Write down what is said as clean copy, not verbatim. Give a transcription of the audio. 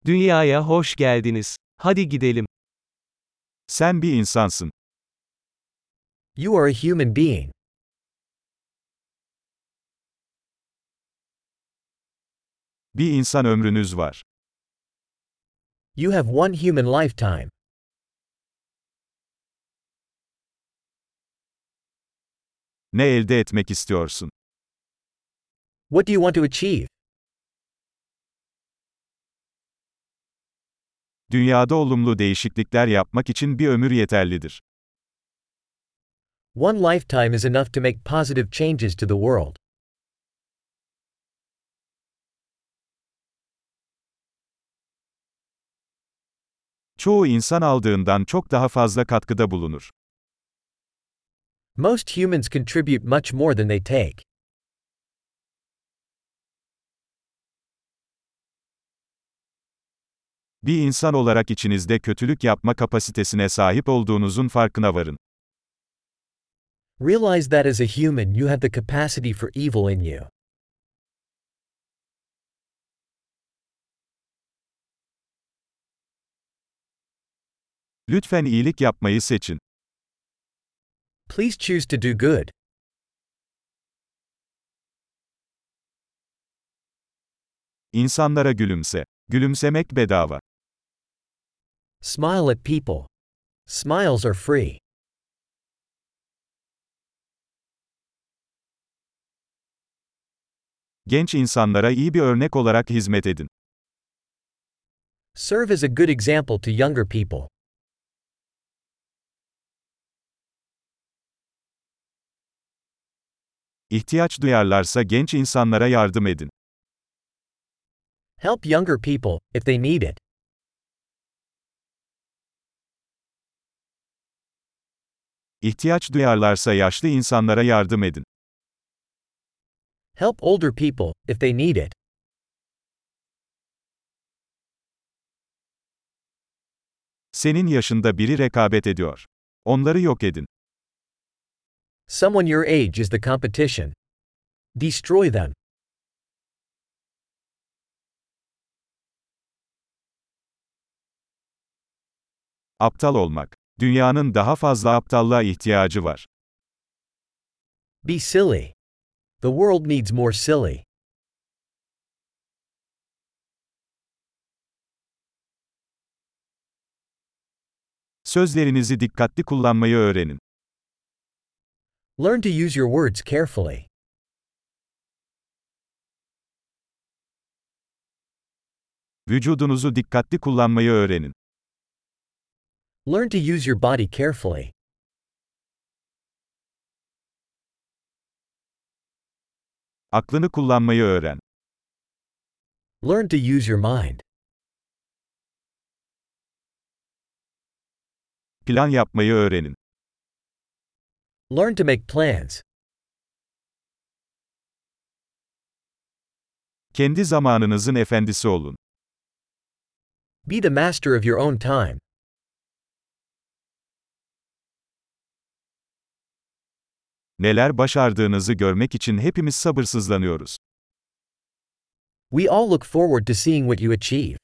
Dünyaya hoş geldiniz. Hadi gidelim. Sen bir insansın. You are a human being. Bir insan ömrünüz var. You have one human lifetime. Ne elde etmek istiyorsun? What do you want to achieve? Dünyada olumlu değişiklikler yapmak için bir ömür yeterlidir. One lifetime is enough to make positive changes to the world. Çoğu insan aldığından çok daha fazla katkıda bulunur. Most humans contribute much more than they take. Bir insan olarak içinizde kötülük yapma kapasitesine sahip olduğunuzun farkına varın. Realize that as a human you have the capacity for evil in you. Lütfen iyilik yapmayı seçin. Please choose to do good. İnsanlara gülümse. Gülümsemek bedava. Smile at people. Smiles are free. Genç insanlara iyi bir örnek olarak hizmet edin. Serve as a good example to younger people. İhtiyaç duyarlarsa genç insanlara yardım edin. Help younger people, if they need it. İhtiyaç duyarlarsa yaşlı insanlara yardım edin. Help older people, if they need it. Senin yaşında biri rekabet ediyor. Onları yok edin. Someone your age is the competition. Destroy them. Aptal olmak. Dünyanın daha fazla aptallığa ihtiyacı var. Be silly. The world needs more silly. Sözlerinizi dikkatli kullanmayı öğrenin. Learn to use your words carefully. Vücudunuzu dikkatli kullanmayı öğrenin. Learn to use your body carefully. Aklını kullanmayı öğren. Learn to use your mind. Plan yapmayı öğrenin. Learn to make plans. Kendi zamanınızın efendisi olun. Be the master of your own time. Neler başardığınızı görmek için hepimiz sabırsızlanıyoruz. We all look forward to seeing what you achieve.